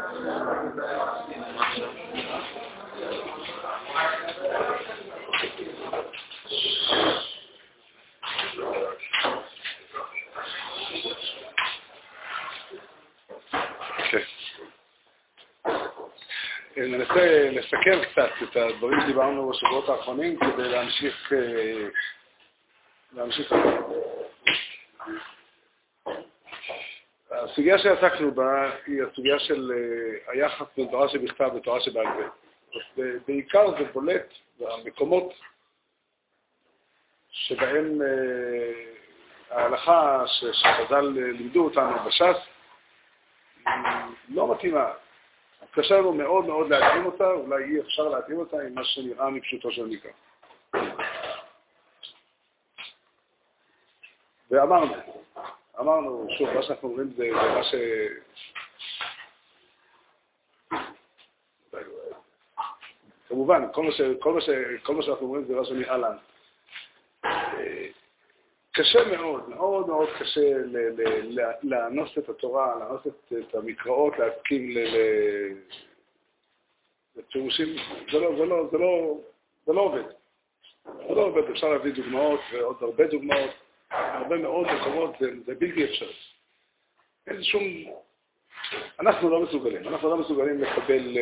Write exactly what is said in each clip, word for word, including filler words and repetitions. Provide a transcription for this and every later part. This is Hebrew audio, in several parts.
ננסה לסכם קצת את הדברים שדיברנו בשבועות האחרונים כדי להמשיך להמשיך הסוגיה שעסקנו בה היא הסוגיה של היחס בין תורה שבכתב ותורה שבעל פה. בעיקר זה בולט במקומות שבהם ההלכה שחז"ל לימדו אותנו בש"ס לא מתאימה. קשה לנו מאוד מאוד להתאים אותה, אולי אי אפשר להתאים אותה עם מה שנראה מפשוטו של מקרא. ואמרנו, אמרנו, שוב, מה שאנחנו אומרים זה מה ש... כמובן, כל מה, ש... כל מה, ש... כל מה שאנחנו אומרים זה מה שנראה לנו. קשה מאוד, מאוד מאוד קשה לאנוס את התורה, לאנוס את המקראות, להסכים לפירושים. זה לא, זה לא, זה לא, זה לא עובד. זה לא עובד, אפשר להביא דוגמאות ועוד הרבה דוגמאות, הרבה מאוד מקומות, זה, זה בלתי אפשרי. אין שום... אנחנו לא מסוגלים, אנחנו לא מסוגלים לקבל...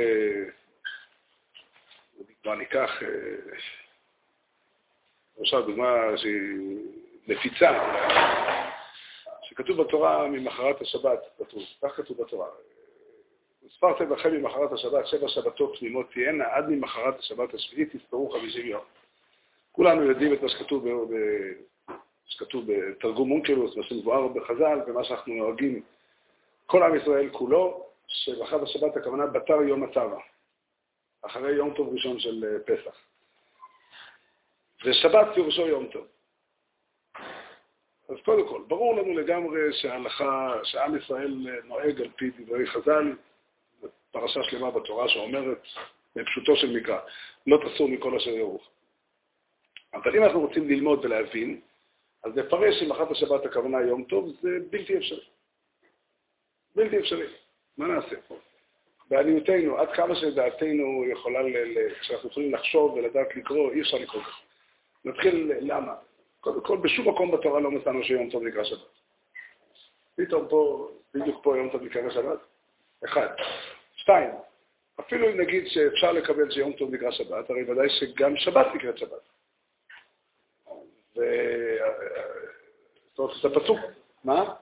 בוא ניקח... למשל, דוגמה שהיא... נפיצה, שכתוב בתורה ממחרת השבת, כתוב, כך כתוב בתורה. וספרתם לכם ממחרת השבת, שבע שבתות תמימות תהיינה, עד ממחרת השבת השביעית תספרו חמישים יום. כולנו יודעים את מה שכתוב, ב... שכתוב בתרגום אונקלוס, מה שמבואר בחז"ל, ומה שאנחנו נוהגים כל עם ישראל כולו, שמחרת השבת הכוונה בתר יום הטבע, אחרי יום טוב ראשון של פסח. ושבת פירושו יום טוב. אז קודם כל, ברור לנו לגמרי שההלכה, שעם ישראל נוהג על פי דברי חז"ל, פרשה שלמה בתורה שאומרת, בפשוטו של מקרא, לא תסור מכל אשר ירוך. אבל אם אנחנו רוצים ללמוד ולהבין, אז לפרש שמחרת השבת הכוונה יום טוב, זה בלתי אפשרי. בלתי אפשרי. מה נעשה פה? בעניותנו, עד כמה שדעתנו יכולה, כשאנחנו יכולים לחשוב ולדעת לקרוא, אי אפשר לקרוא ככה. נתחיל למה? קודם כל, בשום מקום בתורה לא מצאנו שיום טוב נקרא שבת. פתאום פה, בדיוק פה יום טוב נקרא שבת. אחד. שתיים. אפילו אם נגיד שאפשר לקבל שיום טוב נקרא שבת, הרי ודאי שגם שבת נקראת שבת. ו... זאת אומרת, זה פסוק. מה?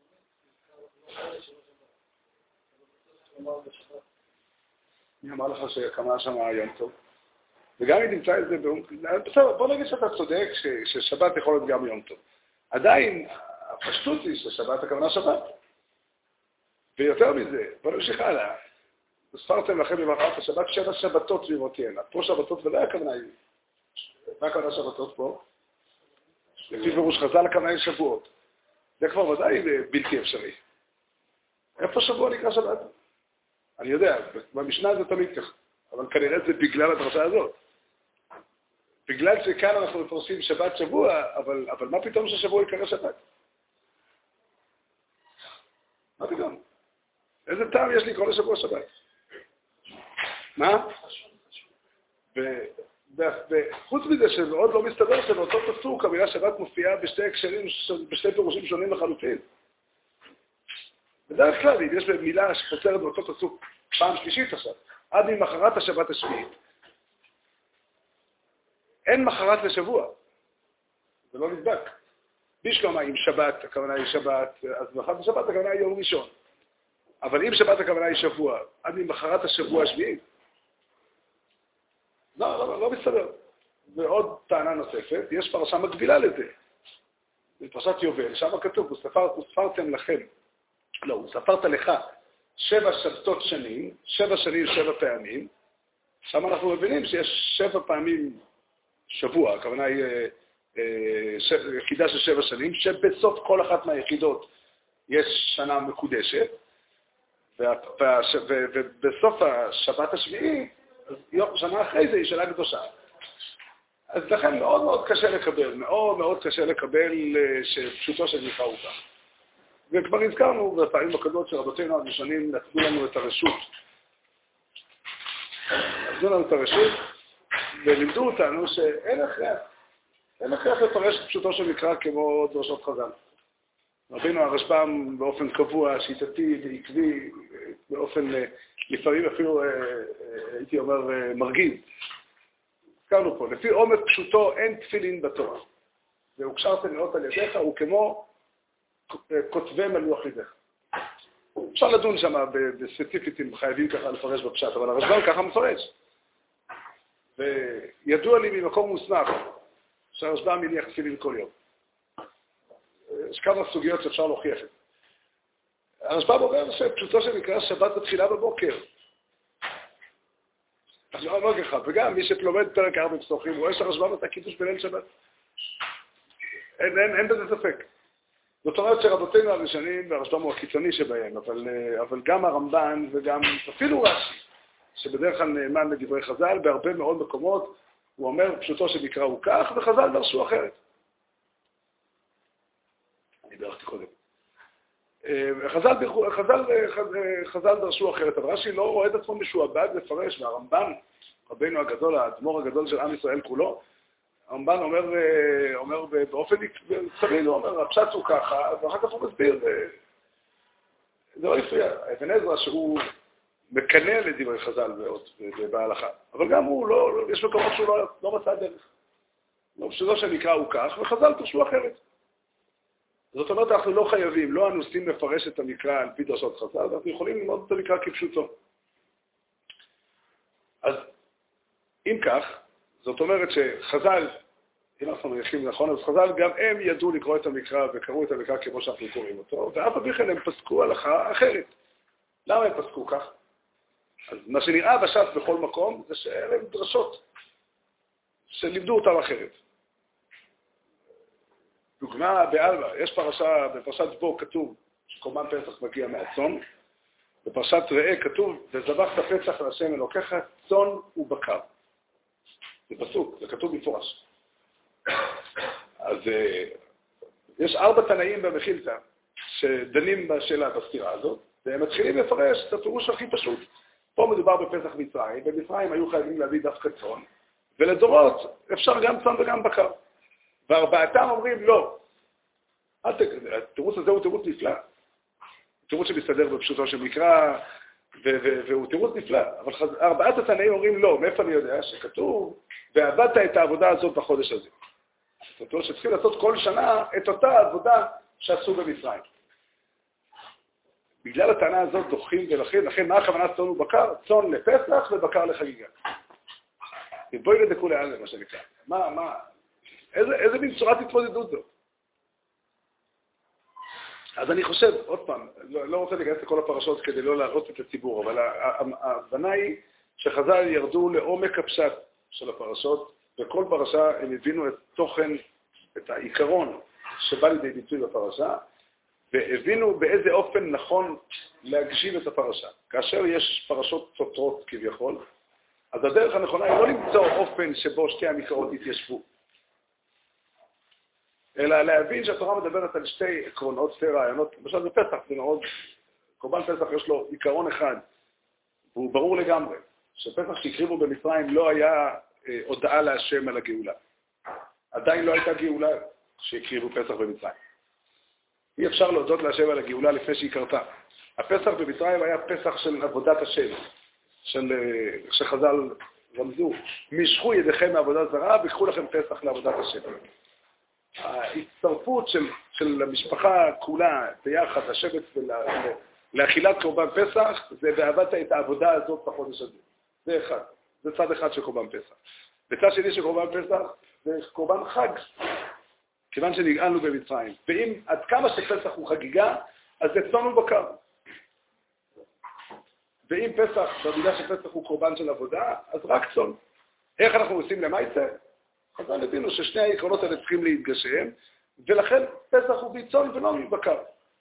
מי אמר לך שכמה שם יום טוב? וגם אם נמצא את זה, בסדר, בוא נגיד שאתה צודק ששבת יכול להיות גם יום טוב. עדיין, הפשטות היא ששבת הכוונה שבת. ויותר מזה, בוא נמשיך הלאה. ספרתם לכם במחרת השבת שבע שבתות תמימות תהיינה. פה שבתות ודאי הכוונה היא. מה הכוונה שבתות פה? לפי פירוש חז"ל הכוונה היא שבועות. זה כבר ודאי בלתי אפשרי. איפה שבוע נקרא שבת? אני יודע, במשנה זה תמיד ככה. אבל כנראה זה בגלל הדרשה הזאת. בגלל שכאן אנחנו מפרשים שבת שבוע, אבל, אבל מה פתאום ששבוע יקרא שבת? מה פתאום? איזה טעם יש לי לקרוא לשבוע שבת? מה? וחוץ מזה שזה עוד לא מסתבר שבאותו פסוק, המילה שבת מופיעה בשתי הקשרים, בשתי פירושים שונים לחלוטין. בדרך כלל, אם יש מילה שפוצרת באותו פסוק פעם שלישית עכשיו, עד ממחרת השבת השביעית. אין מחרת לשבוע. זה לא נדבק. בשלמה, אם שבת, הכוונה היא שבת, אז מחרת השבת הכוונה היא יום ראשון. אבל אם שבת הכוונה היא שבוע, עד ממחרת השבוע השביעית. לא, לא, לא מסתדר. ועוד טענה נוספת, יש פרשה מקבילה לזה. בפרשת יובל, שם כתוב, וספרתם לכם, לא, וספרת לך שבע שבתות שנים, שבע שנים, שבע פעמים. שם אנחנו מבינים שיש שבע פעמים שבוע, הכוונה היא יחידה של שבע שנים, שבסוף כל אחת מהיחידות יש שנה מקודשת, ובסוף השבת השביעית, שנה אחרי זה היא שנה קדושה. אז לכן מאוד מאוד קשה לקבל, מאוד מאוד קשה לקבל שפשוטו של מקרא הוא כך. וכבר הזכרנו בפעמים הקודמות שרבותינו הראשונים נתנו לנו את הרשות. נתנו לנו את הרשות ולימדו אותנו שאין הכרח, אין הכרח לפרש את פשוטו של מקרא כמו דרשות חז"ל. רבינו הרשב"ם באופן קבוע, שיטתי ועקבי, באופן לפעמים אפילו, הייתי אומר, מרגיז. הזכרנו פה, לפי עומק פשוטו אין תפילין בתורה. והוקשרתם לאות על ידיך, הוא כמו כותבי מלוח ידיך. אפשר לדון שם בספציפית אם חייבים ככה לפרש בפשט, אבל הרשב"ם ככה מפרש. וידוע לי ממקום מוסמך שהרשב"ם מניח תפילין כל יום. יש כמה סוגיות שאפשר להוכיח את זה. הרשב"ם אומר שפשוטו שנקרא שבת בתחילה בבוקר. אז אני אומר ככה, וגם מי שלומד פרק ארבע פסוחים, רואה שהרשב"ם עשה קידוש בליל שבת. אין, אין, אין בזה ספק. זאת אומרת שרבותינו הראשונים, והרשב"ם הוא הקיצוני שבהם, אבל, אבל גם הרמב"ן וגם אפילו רש"י, שבדרך כלל נאמן לדברי חז"ל, בהרבה מאוד מקומות הוא אומר פשוטו שנקרא הוא כך, וחז"ל דרשו אחרת. אני דרכתי קודם. חז"ל, חז"ל, חז"ל דרשו אחרת, אבל רש"י לא רואה את עצמו משועבד לפרש, והרמב"ן, רבינו הגדול, האדמו"ר הגדול של עם ישראל כולו, הרמב"ן אומר, אומר באופן צביל, הוא אומר, הפשט הוא ככה, ואחר כך הוא מסביר, זה לא הפריע. אבן עזרא שהוא מקנא לדברי חז"ל בהלכה, אבל גם הוא, לא, יש מקומות שהוא לא, לא מצא דרך. שזו שנקרא הוא כך, וחז"ל דרשו אחרת. זאת אומרת, אנחנו לא חייבים, לא אנוסים לפרש את המקרא על פי דרשות חז"ל, אנחנו יכולים ללמוד את המקרא כפשוטו. אז אם כך, זאת אומרת שחז"ל, אם אנחנו מניחים נכון, אז חז"ל גם הם ידעו לקרוא את המקרא וקראו את המקרא כמו שאנחנו קוראים אותו, ואף על פי כן הם פסקו הלכה אחרת. למה הם פסקו כך? אז מה שנראה בש"ס בכל מקום זה שאלה הם דרשות שלימדו אותם אחרת. דוגמה בעלמא, יש פרשה, בפרשת בו כתוב שקורבן פסח מגיע מהצאן, בפרשת ראה כתוב, וזבחת פסח להשם אלוקיך, צאן ובקר. זה פסוק, זה כתוב מפורש. אז יש ארבע תנאים במחילתא שדנים בשאלה בסתירה הזאת, והם מתחילים לפרש את הפירוש הכי פשוט. פה מדובר בפסח מצרים, במצרים היו חייבים להביא דווקא צאן, ולדורות אפשר גם צאן וגם בקר. וארבעתם אומרים לא. התירוץ הזה הוא תירוץ נפלא. תירוץ שמסתדר בפשוטו של מקרא, והוא תירוץ נפלא. אבל ארבעת התנאים אומרים לא. מאיפה אני יודע? שכתוב, ועבדת את העבודה הזאת בחודש הזה. זאת אומרת שצריכים לעשות כל שנה את אותה עבודה שעשו במצרים. בגלל הטענה הזאת דוחים ולכן, לכן מה הכוונה צאן ובקר? צאן לפסח ובקר לחגיגה. בואי נדקו לאן זה מה שנקרא. מה, מה? איזה, איזה מין צורת התמודדות זו? אז אני חושב, עוד פעם, לא, לא רוצה להיכנס לכל הפרשות כדי לא להראות את הציבור, אבל ההבנה היא שחז"ל ירדו לעומק הפשט של הפרשות, וכל פרשה הם הבינו את תוכן, את העיקרון שבא לידי ביטוי בפרשה, והבינו באיזה אופן נכון להגשים את הפרשה. כאשר יש פרשות סותרות כביכול, אז הדרך הנכונה היא לא למצוא אופן שבו שתי המקראות יתיישבו, אלא להבין שהתורה מדברת על שתי עקרונות, שתי רעיונות. למשל בפסח, זה מאוד, קורבן פסח יש לו עיקרון אחד, והוא ברור לגמרי, שפסח שהקריבו במצרים לא היה אה, הודעה להשם על הגאולה. עדיין לא הייתה גאולה שהקריבו פסח במצרים. אי אפשר להודות להשם על הגאולה לפני שהיא קרתה. הפסח במצרים היה פסח של עבודת השם, של, שחז"ל רמזו, משכו ידיכם מעבודת זרה ויקחו לכם פסח לעבודת השם. ההצטרפות של, של המשפחה כולה ביחד לשבת ולאכילת קורבן פסח, זה ועבדת את העבודה הזאת בחודש הזה. זה אחד. זה צד אחד של קורבן פסח. בצד שני של קורבן פסח זה קורבן חג, כיוון שנגאלנו במצרים. ואם עד כמה שפסח הוא חגיגה, אז זה צאן ובקר. ואם פסח, במידה שפסח הוא קורבן של עבודה, אז רק צאן. איך אנחנו עושים למעשה? חז"ל הבינו ששני העקרונות האלה צריכים להתגשם, ולכן פסח הוא בצאן ולא מבקר.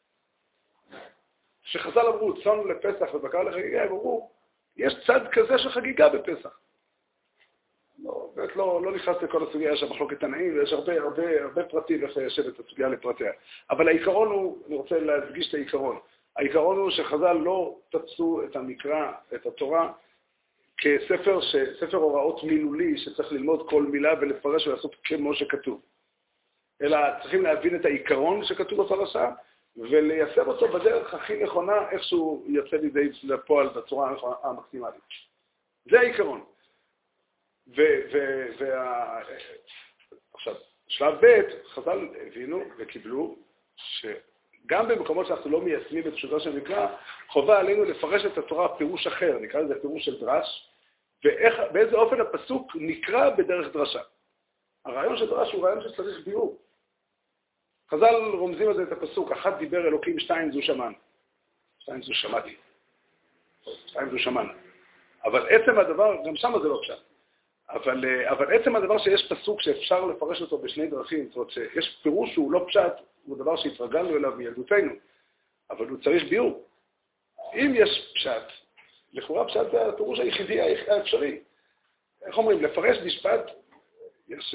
כשחז"ל אמרו צאן לפסח ובקר לחגיגה, הם אמרו, יש צד כזה של חגיגה בפסח. לא, באמת לא, לא נכנס לכל הסוגיה, יש המחלוקת תנאים, ויש הרבה, הרבה, הרבה פרטים איך ליישב את הסוגיה לפרטיה. אבל העיקרון הוא, אני רוצה להדגיש את העיקרון, העיקרון הוא שחז"ל לא תפסו את המקרא, את התורה, כספר ש, ספר הוראות מילולי שצריך ללמוד כל מילה ולפרש ולעשות כמו שכתוב. אלא צריכים להבין את העיקרון שכתוב בפרשה, וליישם אותו בדרך הכי נכונה, איכשהו יוצא לידי לפועל בצורה המקסימלית. זה העיקרון. ו, ו, וה... עכשיו, שלב ב', חז"ל הבינו וקיבלו שגם במקומות שאנחנו לא מיישמים את פשוטו של מקרא, חובה עלינו לפרש את התורה פירוש אחר, נקרא לזה פירוש של דרש, ובאיזה אופן הפסוק נקרא בדרך דרשה. הרעיון של דרש הוא רעיון שצריך ביאור. חז"ל רומזים על זה את הפסוק, אחת דיבר אלוקים, שתיים זו שמן. שתיים זו שמעתי. שתיים זו שמן. אבל עצם הדבר, גם שם זה לא פשט. אבל, אבל עצם הדבר שיש פסוק שאפשר לפרש אותו בשני דרכים, זאת אומרת שיש פירוש שהוא לא פשט, הוא דבר שהתרגלנו אליו מילדותנו, אבל הוא צריך ביאור. אם יש פשט, לכאורה פשט זה הפירוש היחידי האפשרי. איך אומרים, לפרש משפט, יש...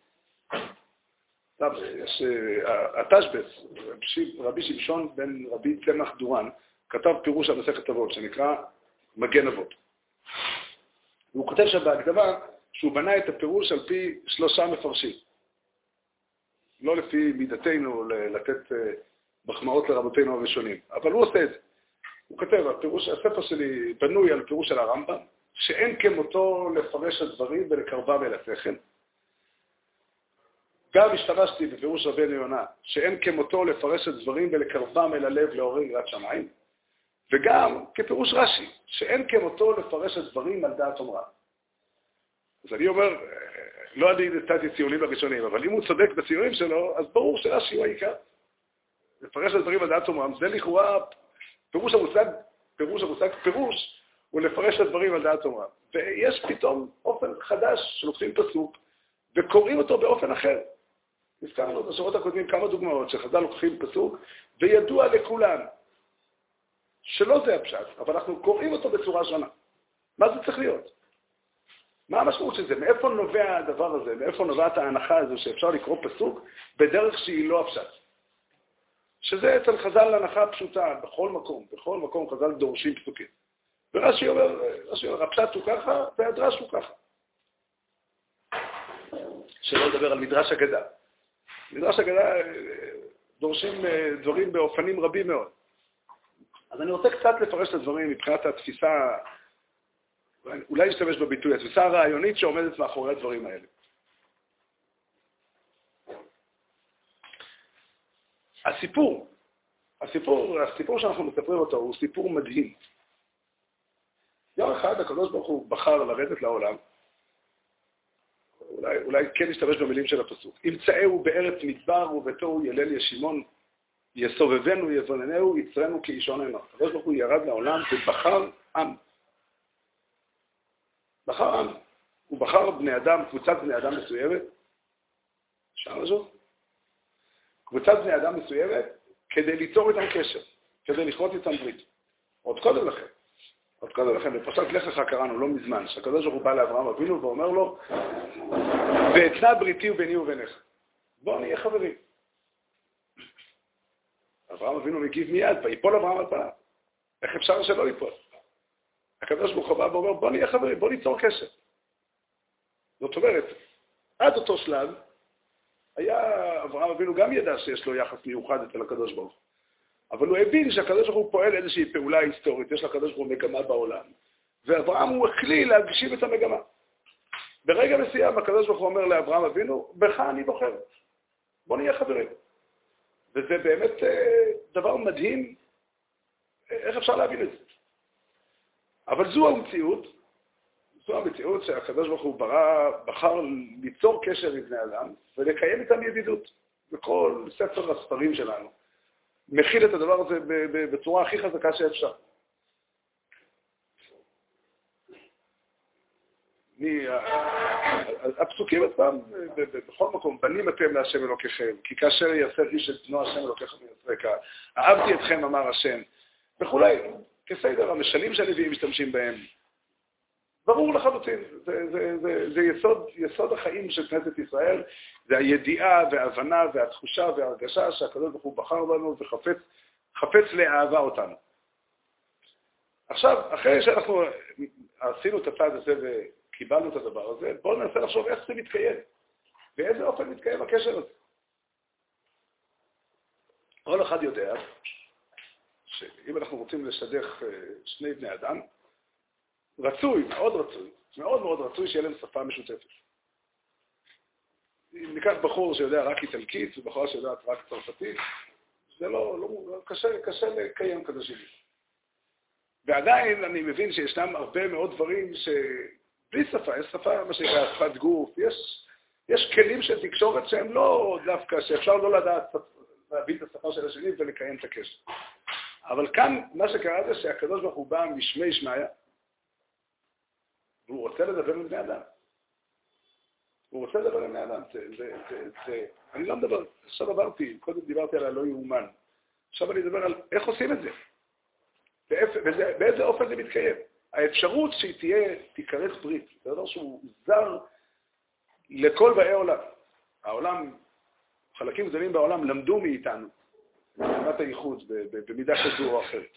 יש התשבץ, רבי שמשון בן רבי צמח דורן, כתב פירוש על מסכת אבות שנקרא מגן אבות. והוא כותב שם בהקדמה שהוא בנה את הפירוש על פי שלושה מפרשים. לא לפי מידתנו לתת מחמאות לרבותינו הראשונים, אבל הוא עושה את זה. הוא כותב, הפירוש, הספר שלי בנוי על פירוש של הרמב"ם, שאין כמותו לפרש הדברים ולקרבם אל השכל. גם השתמשתי בפירוש רבנו יונה, שאין כמותו לפרש את דברים ולקרבם אל הלב לעורר יראת שמיים, וגם כפירוש רש"י, שאין כמותו לפרש את דברים על דעת אומרם. אז אני אומר, לא אני נתתי ציונים הראשונים, אבל אם הוא צודק בציונים שלו, אז ברור שרש"י הוא העיקר. לפרש את דברים על דעת אומרם, זה לכאורה פירוש המושג, פירוש המושג פירוש, הוא לפרש את הדברים על דעת אומרם. ויש פתאום אופן חדש שלוקחים פסוק, וקוראים אותו באופן אחר. נזכרנו בשורות הקודמים כמה דוגמאות שחז"ל לוקחים פסוק, וידוע לכולם שלא זה הפשט, אבל אנחנו קוראים אותו בצורה שונה. מה זה צריך להיות? מה המשמעות של זה? מאיפה נובע הדבר הזה? מאיפה נובעת ההנחה הזו שאפשר לקרוא פסוק בדרך שהיא לא הפשט? שזה אצל חז"ל הנחה פשוטה, בכל מקום, בכל מקום חז"ל דורשים פסוקים. ורש"י אומר, רש"י אומר, הפשט הוא ככה, והדרש הוא ככה. שלא לדבר על מדרש אגדה. מדרש אגדה דורשים דברים באופנים רבים מאוד. אז אני רוצה קצת לפרש את הדברים מבחינת התפיסה, אולי להשתמש בביטוי, התפיסה הרעיונית שעומדת מאחורי הדברים האלה. הסיפור, הסיפור, הסיפור שאנחנו מספרים אותו הוא סיפור מדהים. יום אחד הקדוש ברוך הוא בחר לרדת לעולם, אולי, אולי כן נשתמש במילים של הפסוק. ימצאהו בארץ מדבר ובתוהו ילל ישימון, יסובבנו יזוננהו, יצרנו כאישון עינו. הקדוש ברוך הוא ירד לעולם ובחר עם. בחר עם. הוא בחר בני אדם, קבוצת בני אדם מסוימת. אפשר משהו? קבוצת בני אדם מסוימת כדי ליצור איתם קשר, כדי לכרות איתם ברית. עוד קודם לכן. עוד קודם לכן, בפרשת לך לך קראנו לא מזמן, שהקדוש ברוך הוא בא לאברהם אבינו ואומר לו, ואתנה בריתי וביני ובינך. בואו נהיה חברים. אברהם אבינו מגיב מיד, ויפול אברהם על פניו. איך אפשר שלא ייפול? הקדוש ברוך הוא בא ואומר, בואו נהיה חברים, בואו ניצור קשר. זאת אומרת, עד אותו שלב, היה אברהם אבינו גם ידע שיש לו יחס מיוחד אצל הקדוש ברוך הוא. אבל הוא הבין שהקדוש ברוך הוא פועל איזושהי פעולה היסטורית, יש לקדוש ברוך הוא מגמה בעולם. ואברהם הוא הכלי להגשים את המגמה. ברגע מסוים הקדוש ברוך הוא אומר לאברהם אבינו, בך אני בוחר. בוא נהיה חברים. וזה באמת דבר מדהים, איך אפשר להבין את זה. אבל זו המציאות, זו המציאות שהקדוש ברוך הוא ברא, בחר ליצור קשר עם בני אדם, ולקיים איתם ידידות. בכל ספר הספרים שלנו. מכיל את הדבר הזה בצורה הכי חזקה שאפשר. הפסוקים עצמם, בכל מקום, בנים אתם להשם אלוקיכם, כי כאשר יעשה איש את בנו השם אלוקיך ויצרקה, אהבתי אתכם אמר השם, וכולי, כסדר, המשלים שהנביאים משתמשים בהם. ברור לחלוטין, זה, זה, זה, זה יסוד, יסוד החיים של כנסת ישראל, זה הידיעה וההבנה והתחושה וההרגשה שהקדוש ברוך הוא בחר בנו וחפץ חפץ לאהבה אותנו. עכשיו, אחרי שאנחנו עשינו את הצעד הזה וקיבלנו את הדבר הזה, בואו ננסה לחשוב איך זה מתקיים, באיזה אופן מתקיים הקשר הזה. כל אחד יודע שאם אנחנו רוצים לשדך שני בני אדם, רצוי, מאוד רצוי, מאוד מאוד רצוי שיהיה להם שפה משותפת. אם ניקח בחור שיודע רק איטלקית ובחורה שיודעת רק צרפתית, זה לא, לא, קשה, קשה לקיים כזה שלי. ועדיין אני מבין שישנם הרבה מאוד דברים שבלי שפה, יש שפה, מה שנקרא, שפת גוף, יש, יש כלים של תקשורת שהם לא דווקא, שאפשר לא לדעת להבין את השפה של השני ולקיים את הקשר. אבל כאן מה שקרה זה שהקדוש ברוך הוא בא משמי שמעיה, והוא רוצה לדבר עם בני אדם. הוא רוצה לדבר עם בני אדם. זה, זה, זה, זה, אני לא מדבר, עכשיו עברתי, קודם דיברתי על הלא יאומן. עכשיו אני מדבר על איך עושים את זה. באיזה, באיזה אופן זה מתקיים. האפשרות שהיא תהיה, תיכרך ברית. זה דבר שהוא זר לכל באי עולם. העולם, חלקים גדולים בעולם למדו מאיתנו, מבחינת הייחוד, במידה כזו או אחרת.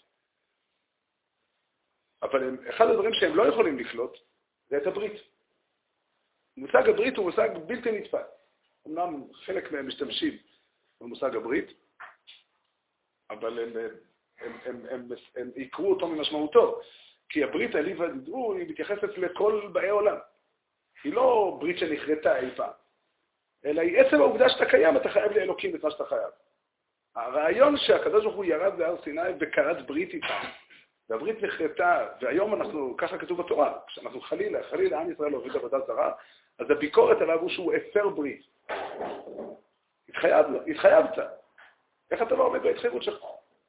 אבל הם, אחד הדברים שהם לא יכולים לקלוט, זה את הברית. מושג הברית הוא מושג בלתי נתפס. אמנם חלק מהם משתמשים במושג הברית, אבל הם, הם, הם, הם, הם יקרו אותו ממשמעותו. כי הברית העלי והדידור היא מתייחסת לכל באי עולם. היא לא ברית שנחרטה אי פעם, אלא היא עצם העובדה שאתה קיים, אתה חייב לאלוקים את מה שאתה חייב. הרעיון שהקדוש ברוך הוא ירד בהר סיני וכרת ברית איתם, והברית נחרטה, והיום אנחנו, ככה כתוב בתורה, כשאנחנו חלילה, חלילה עם ישראל עובד עבודה זרה, אז הביקורת עליו הוא שהוא הפר ברית. התחייב, התחייבת. איך אתה לא עומד בהתחייבות שלך?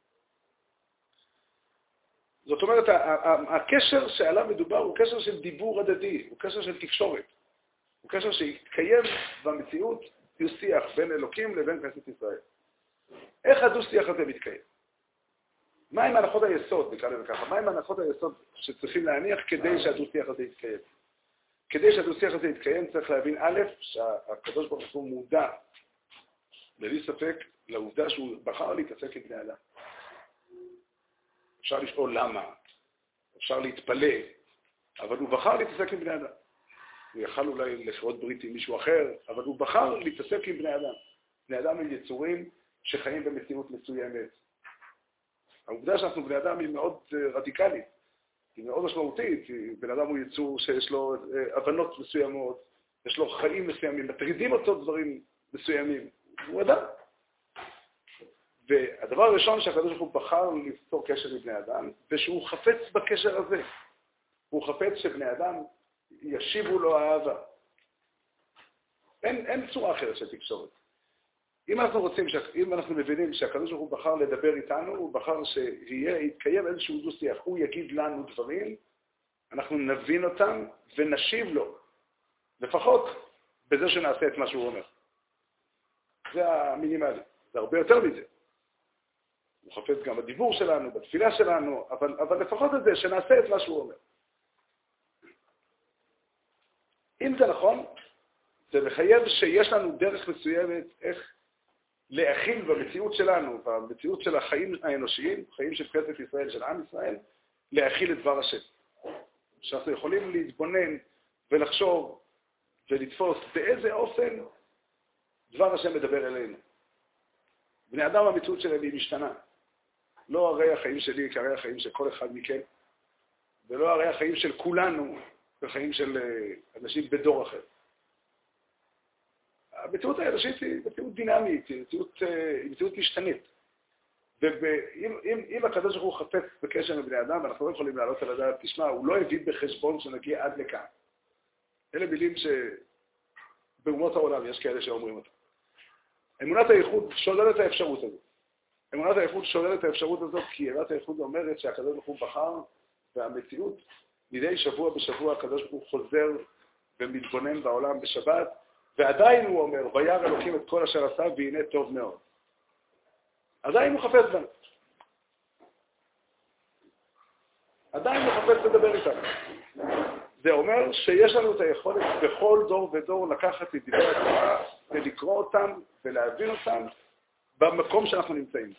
זאת אומרת, הקשר שעליו מדובר הוא קשר של דיבור הדדי, הוא קשר של תקשורת. הוא קשר שהתקיים במציאות דו-שיח בין אלוקים לבין כנסת ישראל. איך הדו-שיח הזה מתקיים? מה עם הנחות היסוד, נקרא לזה ככה? מה עם הנחות היסוד שצריכים להניח כדי שהדו-שיח הזה יתקיים? כדי שהדו-שיח הזה יתקיים צריך להבין א', שהקדוש ברוך הוא מודע, בלי ספק, לעובדה שהוא בחר להתעסק עם בני אדם. אפשר לשאול למה, אפשר להתפלא, אבל הוא בחר להתעסק עם בני אדם. הוא יכל אולי לכרות ברית עם מישהו אחר, אבל הוא בחר להתעסק עם בני אדם. בני אדם הם יצורים שחיים במציאות מסוימת. העובדה שאנחנו בני אדם היא מאוד רדיקלית, היא מאוד משמעותית, בן אדם הוא יצור שיש לו הבנות מסוימות, יש לו חיים מסוימים, מטרידים אותו דברים מסוימים, הוא אדם. והדבר הראשון שהקדוש ברוך הוא בחר ליצור קשר עם בני אדם, ושהוא חפץ בקשר הזה. הוא חפץ שבני אדם ישיבו לו אהבה. אין, אין צורה אחרת של תקשורת. אם אנחנו רוצים, אם אנחנו מבינים שהקדוש ברוך הוא בחר לדבר איתנו, הוא בחר שיהיה, יתקיים איזשהו דו-שיח, הוא יגיד לנו דברים, אנחנו נבין אותם ונשיב לו, לפחות בזה שנעשה את מה שהוא אומר. זה המינימלי, זה הרבה יותר מזה. הוא חפץ גם בדיבור שלנו, בתפילה שלנו, אבל, אבל לפחות את זה, שנעשה את מה שהוא אומר. אם זה נכון, זה מחייב שיש לנו דרך מסוימת איך להכיל במציאות שלנו, במציאות של החיים האנושיים, חיים של כנסת ישראל, של עם ישראל, להכיל את דבר השם. שאנחנו יכולים להתבונן ולחשוב ולתפוס באיזה אופן דבר השם מדבר אלינו. בני אדם המציאות שלהם היא משתנה. לא הרי החיים שלי כהרי החיים של כל אחד מכם, ולא הרי החיים של כולנו כחיים של אנשים בדור אחר. המציאות האנושית היא מציאות דינמית, היא מציאות, היא מציאות משתנית. ואם אם, אם הקדוש ברוך הוא חפץ בקשר עם בני אדם, אנחנו לא יכולים לעלות על הדעת, תשמע, הוא לא הביא בחשבון שנגיע עד לכאן. אלה מילים שבאומות העולם יש כאלה שאומרים אותם. אמונת הייחוד שוללת את האפשרות הזאת. אמונת הייחוד שוללת את האפשרות הזאת, כי אמונת הייחוד אומרת שהקדוש ברוך הוא בחר, והמציאות, מדי שבוע בשבוע הקדוש ברוך הוא חוזר ומתבונן בעולם בשבת, ועדיין הוא אומר, וירא אלוקים את כל אשר עשה, והנה טוב מאוד. עדיין הוא חפץ בנו. עדיין הוא חפץ לדבר איתנו. זה אומר שיש לנו את היכולת בכל דור ודור לקחת את דברי התורה ולקרוא אותם ולהבין אותם במקום שאנחנו נמצאים.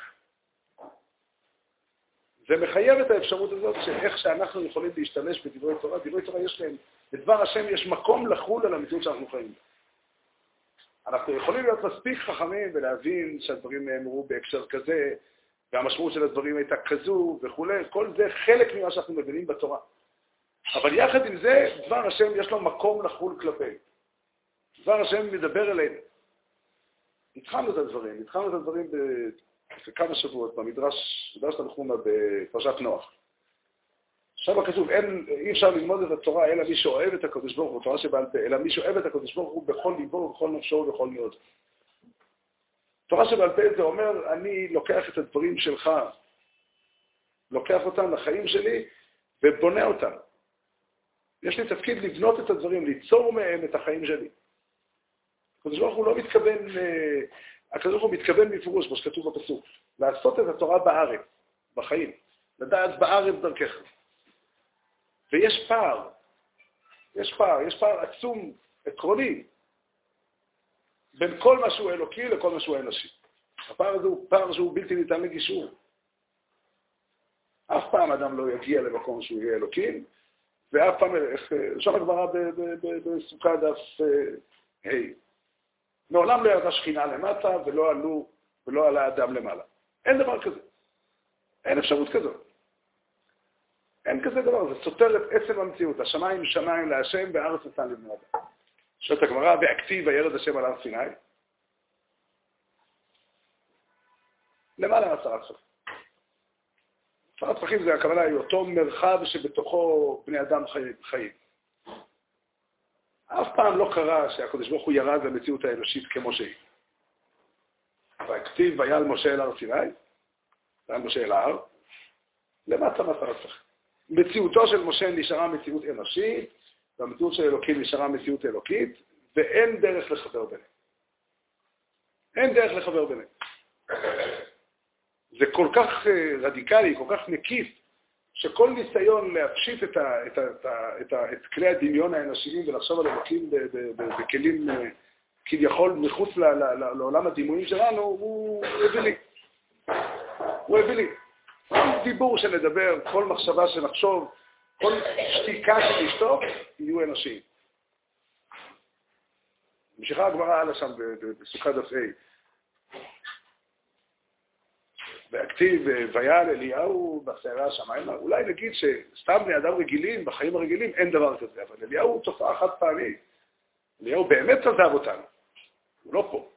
זה מחייב את האפשרות הזאת שאיך שאנחנו יכולים להשתמש בדברי תורה. דברי תורה יש להם, בדבר השם יש מקום לחול על המציאות שאנחנו חיים. אנחנו יכולים להיות מספיק חכמים ולהבין שהדברים נאמרו בהקשר כזה, והמשמעות של הדברים הייתה כזו וכו'. כל זה חלק ממה שאנחנו מבינים בתורה. אבל יחד עם זה, דבר השם יש לו מקום לחול כלפי. דבר השם מדבר אלינו. התחלנו את הדברים, התחלנו את הדברים בכמה שבועות, במדרש, מדרש תנחומא בפרשת נוח. שם כתוב, אין, אי אפשר ללמוד את התורה, אלא מי שאוהב את הקדוש ברוך הוא, תורה שבעל פה, אלא מי שאוהב את הקדוש ברוך הוא בכל ליבו ובכל נפשו ובכל מאודו. תורה שבעל פה זה אומר, אני לוקח את הדברים שלך, לוקח אותם לחיים שלי ובונה אותם. יש לי תפקיד לבנות את הדברים, ליצור מהם את החיים שלי. הקדוש ברוך הוא לא מתכוון, הקדוש ברוך הוא מתכוון מפרוש, כמו שכתוב בפסוק, לעשות את התורה בארץ, בחיים, לדעת בארץ דרכך. ויש פער, יש פער, יש פער עצום, עקרוני, בין כל מה שהוא אלוקי לכל מה שהוא אנושי. הפער הזה הוא פער שהוא בלתי ניתן לגישור. אף פעם אדם לא יגיע למקום שהוא יהיה אלוקים, ואף פעם, שם הגמרא בסוכה דף ה' מעולם לא ירדה שכינה למטה ולא עלו, ולא עלה אדם למעלה. אין דבר כזה. אין אפשרות כזאת. אין כזה דבר, זה סותר את עצם המציאות. השמיים שמיים להשם והארץ נתן לבני אדם. שואלת הגמרא, והכתיב וירד השם על הר סיני. למעלה עשרה טפחים. עשרה טפחים זה הכוונה, היא אותו מרחב שבתוכו בני אדם חיים. אף פעם לא קרה שהקדוש ברוך הוא ירד למציאות האנושית כמו שהיא. והכתיב ויעל משה אל הר סיני, ויעל משה אל ההר, למטה עשרה טפחים. מציאותו של משה נשארה מציאות אנושית, והמציאות של אלוקים נשארה מציאות אלוקית, ואין דרך לחבר ביניהם. אין דרך לחבר ביניהם. זה כל כך רדיקלי, כל כך מקיף, שכל ניסיון להפשיט את, ה, את, ה, את, ה, את, ה, את כלי הדמיון האנושיים ולחשוב על אלוקים בכלים כביכול מחוץ ל, ל, ל, לעולם הדימויים שלנו, הוא הביא לי. הוא הביא לי. כל דיבור שנדבר, כל מחשבה שנחשוב, כל שתיקה שנשתוק, יהיו אנושיים. ממשיכה הגמרא הלאה שם בסוכה דף ה' והכתיב ויעל אליהו בסערה השמיימה, אולי נגיד שסתם בני אדם רגילים, בחיים הרגילים, אין דבר כזה, אבל אליהו הוא תופעה חד פעמית. אליהו באמת עזב אותנו, הוא לא פה.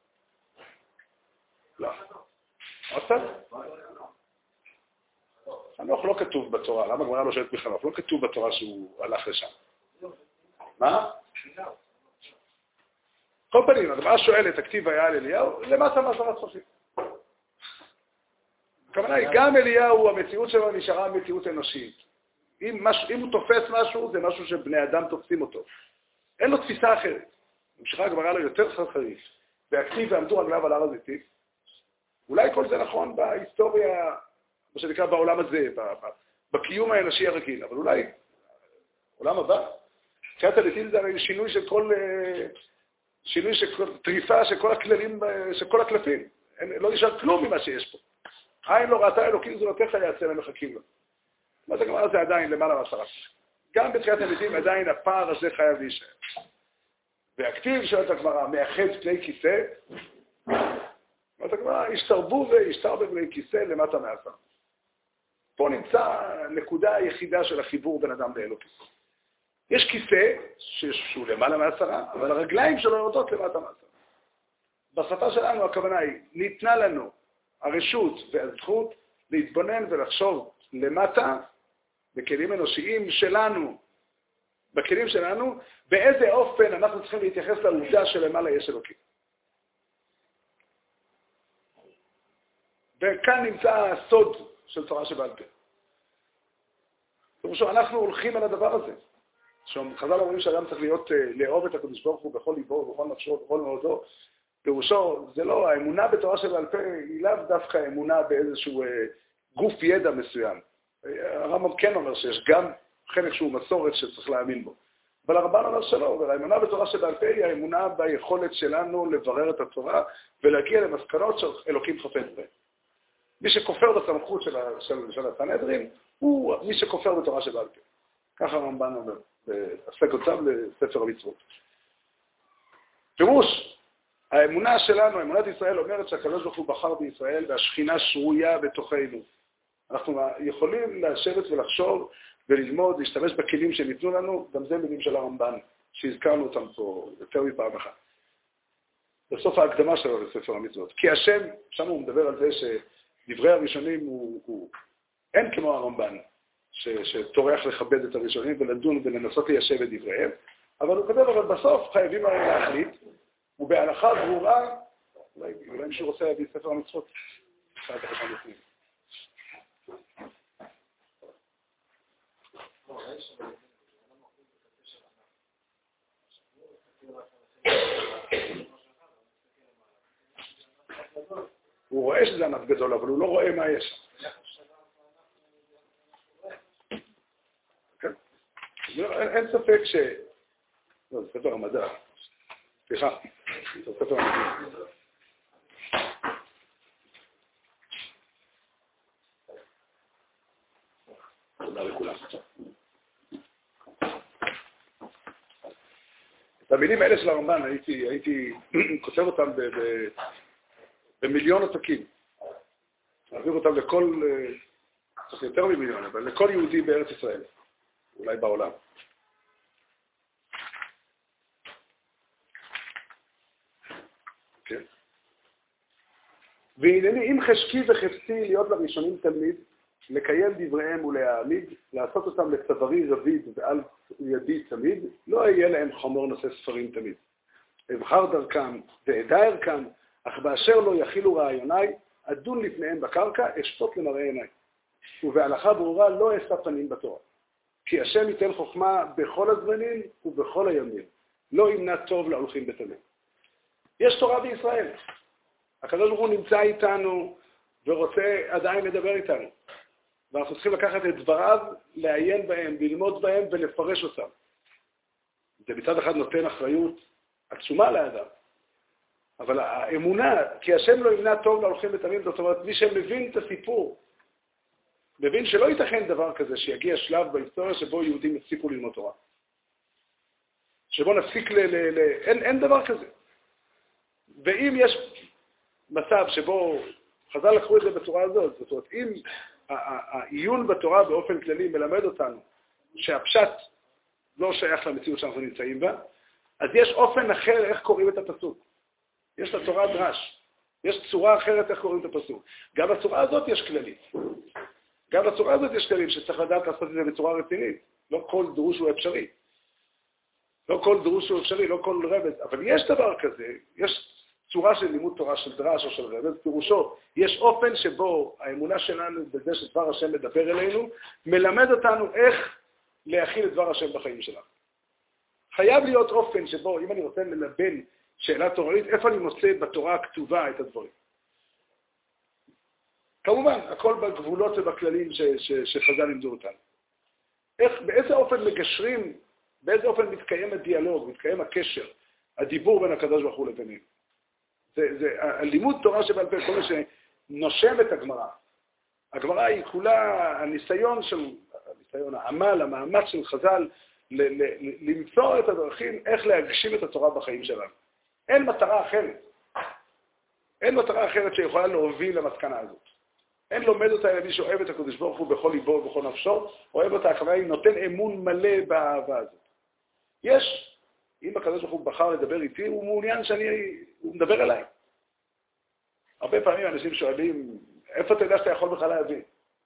לא. עושה? חנוך לא כתוב בתורה, למה הגמרא לא שואלת בחנוך? לא כתוב בתורה שהוא הלך לשם. מה? כל פנים, הגמרא שואלת, הכתיב ויעל אליהו, למטה מעשרה טפחים. הכוונה היא, גם אליהו, המציאות שלו נשארה מציאות אנושית. אם, מש, אם הוא תופס משהו, זה משהו שבני אדם תופסים אותו. אין לו תפיסה אחרת. ממשיכה הגמרא לו יותר חריף. והכתיב ועמדו רגליו על הר הזיתים. אולי כל זה נכון בהיסטוריה, מה שנקרא בעולם הזה, בקיום האנושי הרגיל, אבל אולי, עולם הבא, תחיית הזיתים זה הרי שינוי של כל, שינוי של טריפה של כל הכללים, של כל הקלפים. אין, לא נשאר כלום ממה שיש פה. עין לא ראתה אלוקים זולתך יעשה להם מחכים לו. מה זה גמרא זה עדיין למעלה מעשרה. גם בתחיית המתים עדיין הפער הזה חייב להישאר. והכתיב שואלת הגמרא, מאחד פני כיסא, מה זה גמרא, השתרבו והשתרבו פני כיסא למטה מעשרה. פה נמצא נקודה היחידה של החיבור בין אדם לאלוקים. יש כיסא שהוא למעלה מעשרה, אבל הרגליים שלו יורדות למטה מעשרה. בשפה שלנו הכוונה היא, ניתנה לנו הרשות והזכות להתבונן ולחשוב למטה בכלים אנושיים שלנו, בכלים שלנו, באיזה אופן אנחנו צריכים להתייחס לעובדה שלמעלה יש אלוקים. וכאן נמצא הסוד של תורה שבעל פה. זאת אומרת, אנחנו הולכים על הדבר הזה. חז"ל אומרים שאדם צריך להיות, לאהוב את הקדוש ברוך הוא בכל ליבו, בכל נפשו, בכל מאודו. פירושו, זה לא, האמונה בתורה שבעל פה היא לאו דווקא אמונה באיזשהו גוף ידע מסוים. הרמב"ם כן אומר שיש גם חלק שהוא מסורת שצריך להאמין בו. אבל הרמב"ן אומר שלא, והאמונה בתורה שבעל פה היא האמונה ביכולת שלנו לברר את התורה ולהגיע למסקנות שאלוקים חפץ בהם. מי שכופר בסמכות של, של, של הסנהדרין הוא מי שכופר בתורה שבעל פה. ככה הרמב"ן אומר, ועסק אותם לספר המצוות. פירוש, האמונה שלנו, אמונת ישראל אומרת שהקדוש ברוך הוא בחר בישראל והשכינה שרויה בתוכנו. אנחנו יכולים לשבת ולחשוב וללמוד, להשתמש בכלים שניתנו לנו, גם זה מילים של הרמב"ן, שהזכרנו אותם פה יותר מפעם אחת. בסוף ההקדמה שלו לספר המצוות. כי השם, שם הוא מדבר על זה שדברי הראשונים הוא, הוא אין כמו הרמב"ן, ש, שתורח לכבד את הראשונים ולדון ולנסות ליישב את דבריהם, אבל הוא כתב, אבל בסוף חייבים הרי להחליט, ובהלכה ברורה, אולי, אולי מישהו רוצה להביא ספר המצוות, אחר כך אני לפנים. הוא רואה שזה ענף גדול, אבל הוא לא רואה מה יש. אין ספק ש... לא, זה ספר המדע. סליחה, זה ספר המדע. תודה לכולם. את המילים האלה של הרמב"ן הייתי, הייתי כותב אותם ב, ב, במיליון עותקים. להעביר אותם לכל, צריך יותר ממיליון, אבל לכל יהודי בארץ ישראל, אולי בעולם. כן. והנני, אם חשקי וחפצי להיות לראשונים תלמיד, לקיים דבריהם ולהעמיד, לעשות אותם לצווארי רביד ועל ידי תמיד, לא יהיה להם חמור נושא ספרים תמיד. אבחר דרכם ועדה ערכם, אך באשר לא יכילו רעיוני, אדון לפניהם בקרקע, אשפוט למראה עיניי. ובהלכה ברורה לא אשא פנים בתורה. כי השם ייתן חוכמה בכל הזמנים ובכל הימים. לא ימנע טוב להולכים בתמים. יש תורה בישראל. הקדוש ברוך הוא נמצא איתנו ורוצה עדיין לדבר איתנו. ואנחנו צריכים לקחת את דבריו, לעיין בהם, ללמוד בהם ולפרש אותם. זה מצד אחד נותן אחריות עצומה לאדם. אבל האמונה, כי השם לא ימנע טוב להולכים בתמים, זאת אומרת, מי שמבין את הסיפור, מבין שלא ייתכן דבר כזה שיגיע שלב בהיסטוריה שבו יהודים יפסיקו ללמוד תורה. שבו נפסיק ל... ל, ל אין, אין דבר כזה. ואם יש מצב שבו חז"ל לקחו את זה בצורה הזאת, זאת אומרת, אם העיון בתורה באופן כללי מלמד אותנו שהפשט לא שייך למציאות שאנחנו נמצאים בה, אז יש אופן אחר איך קוראים את הפסוק. יש לתורה דרש. יש צורה אחרת איך קוראים את הפסוק. גם בצורה הזאת יש כללים. גם בצורה הזאת יש כללים שצריך לדעת לעשות את זה בצורה רצינית. לא כל דרוש הוא אפשרי. לא כל דרוש הוא אפשרי, לא כל רבד. אבל יש דבר כזה, יש צורה של לימוד תורה של דרש או של רבד, פירושו, יש אופן שבו האמונה שלנו בזה שדבר השם מדבר אלינו, מלמד אותנו איך להכיל את דבר השם בחיים שלנו. חייב להיות אופן שבו, אם אני רוצה ללבן שאלה תורנית, איפה אני מוצא בתורה הכתובה את הדברים. כמובן, הכל בגבולות ובכללים ש, ש, שחז"ל לימדו אותנו. איך, באיזה אופן מגשרים, באיזה אופן מתקיים הדיאלוג, מתקיים הקשר, הדיבור בין הקדוש ברוך הוא לבינינו. זה, זה, הלימוד תורה שבעל פה, כל מה שנושם את הגמרא. הגמרא היא כולה הניסיון של, הניסיון, העמל, המאמץ של חז"ל, ל, ל, ל, למצוא את הדרכים איך להגשים את התורה בחיים שלנו. אין מטרה אחרת. אין מטרה אחרת שיכולה להוביל למסקנה הזאת. אין לומד אותה למי שאוהב את הקדוש ברוך הוא בכל ליבו ובכל נפשו, אוהב אותה, הכוונה היא נותן אמון מלא באהבה הזאת. יש, אם הקדוש ברוך הוא בחר לדבר איתי, הוא מעוניין שאני, הוא מדבר אליי. הרבה פעמים אנשים שואלים, איפה אתה יודע שאתה יכול בכלל להבין?